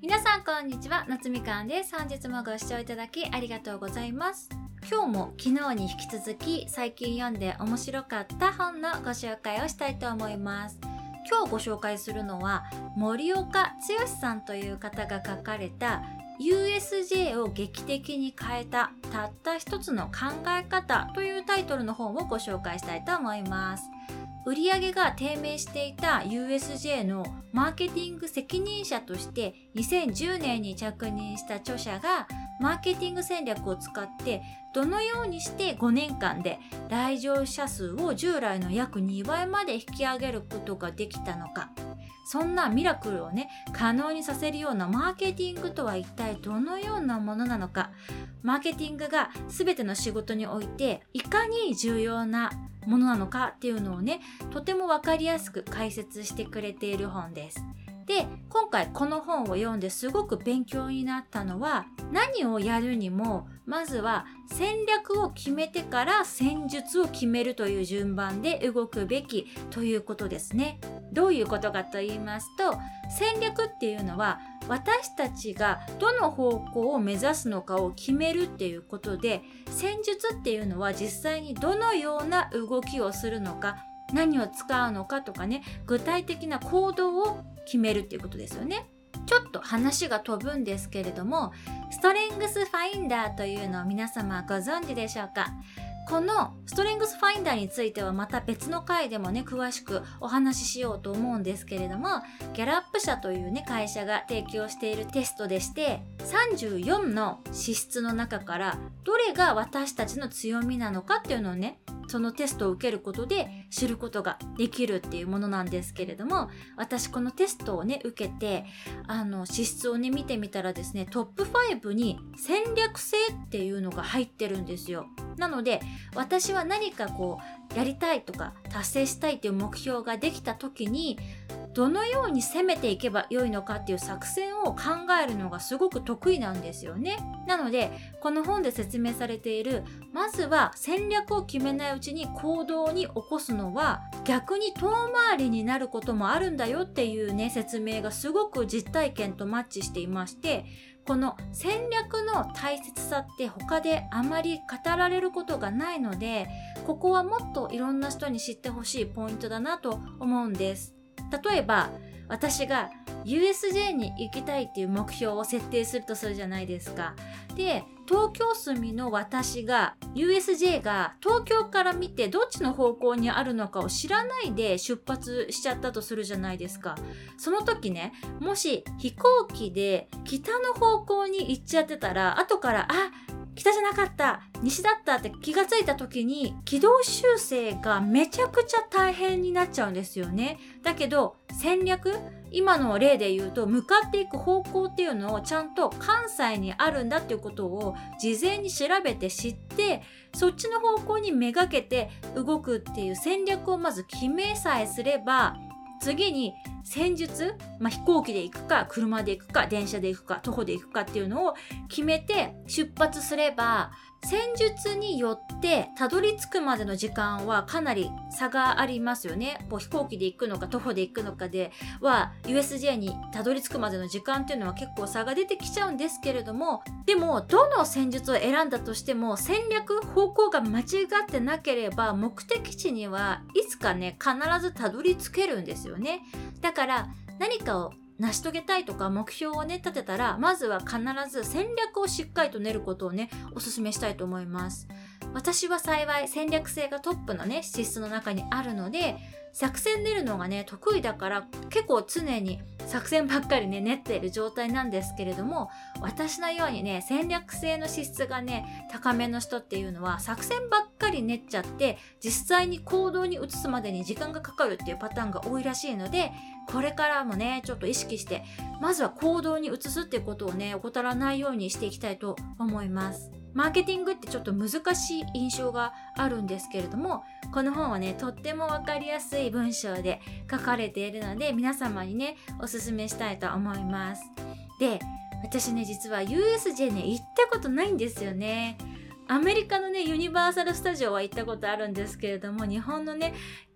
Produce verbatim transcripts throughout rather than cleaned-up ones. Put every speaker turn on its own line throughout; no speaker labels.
皆さんこんにちは、夏みかんです。本日もご視聴いただきありがとうございます。今日も昨日に引き続き最近読んで面白かった本のご紹介をしたいと思います。今日ご紹介するのは森岡剛さんという方が書かれた ユーエスジェー を劇的に変えたたった一つの考え方というタイトルの本をご紹介したいと思います。売上が低迷していた ユーエスジェー のマーケティング責任者としてにせんじゅうねんに着任した著者がマーケティング戦略を使ってどのようにしてごねんかんで来場者数を従来の約にばいまで引き上げることができたのか、そんなミラクルをね可能にさせるようなマーケティングとは一体どのようなものなのか、マーケティングが全ての仕事においていかに重要なものなのかっていうのをねとても分かりやすく解説してくれている本です。で、今回この本を読んですごく勉強になったのは、何をやるにもまずは戦略を決めてから戦術を決めるという順番で動くべきということですね。どういうことかと言いますと、戦略っていうのは私たちがどの方向を目指すのかを決めるっていうことで、戦術っていうのは実際にどのような動きをするのか、何を使うのかとかね、具体的な行動を決めるっていうことですよね。ちょっと話が飛ぶんですけれども、ストレングスファインダーというのを皆様ご存知でしょうか。このストレングスファインダーについてはまた別の回でもね詳しくお話ししようと思うんですけれども、ギャラップ社というね会社が提供しているテストでして、さんじゅうよんの資質の中からどれが私たちの強みなのかっていうのをね、そのテストを受けることで知ることができるっていうものなんですけれども、私このテストをね受けてあの資質をね見てみたらですね、トップごに戦略性っていうのが入ってるんですよ。なので私は何かこうやりたいとか達成したいっていう目標ができた時にどのように攻めていけばよいのかっていう作戦を考えるのがすごく得意なんですよね。なのでこの本で説明されている、まずは戦略を決めないうちに行動に起こすのは逆に遠回りになることもあるんだよっていうね説明がすごく実体験とマッチしていまして、この戦略の大切さって他であまり語られることがないので、ここはもっといろんな人に知ってほしいポイントだなと思うんです。例えば私が ユーエスジェー に行きたいっていう目標を設定するとするじゃないですか。で、東京住みの私が ユーエスジェー が東京から見てどっちの方向にあるのかを知らないで出発しちゃったとするじゃないですか。その時ね、もし飛行機で北の方向に行っちゃってたら、後からあ北じゃなかった西だったって気がついた時に軌道修正がめちゃくちゃ大変になっちゃうんですよね。だけど戦略、今の例で言うと向かっていく方向っていうのをちゃんと関西にあるんだっていうことを事前に調べて知って、そっちの方向にめがけて動くっていう戦略をまず決めさえすれば、次に戦術、まあ、飛行機で行くか車で行くか電車で行くか徒歩で行くかっていうのを決めて出発すれば、戦術によってたどり着くまでの時間はかなり差がありますよね。こう飛行機で行くのか徒歩で行くのかでは ユーエスジェー にたどり着くまでの時間っていうのは結構差が出てきちゃうんですけれども、でもどの戦術を選んだとしても戦略方向が間違ってなければ目的地にはいつかね必ずたどり着けるんですよね。だから何かを成し遂げたいとか目標をね立てたら、まずは必ず戦略をしっかりと練ることをねお勧めしたいと思います。私は幸い戦略性がトップのね資質の中にあるので、作戦練るのがね得意だから結構常に作戦ばっかりね練っている状態なんですけれども、私のようにね戦略性の資質がね高めの人っていうのは作戦ばっかり練っちゃって実際に行動に移すまでに時間がかかるっていうパターンが多いらしいので、これからもねちょっと意識してまずは行動に移すっていうことをね怠らないようにしていきたいと思います。マーケティングってちょっと難しい印象があるんですけれども、この本はねとってもわかりやすい文章で書かれているので皆様にねおすすめしたいと思います。で、私ね実は ユーエスジェー ね行ったことないんですよね。アメリカのねユニバーサルスタジオは行ったことあるんですけれども、日本のね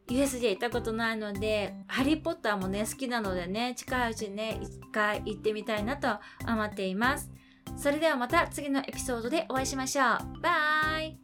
ユーエスジェー 行ったことないので、ハリーポッターもね好きなのでね、近いうちにね一回行ってみたいなと思っています。それではまた次のエピソードでお会いしましょう。バイ。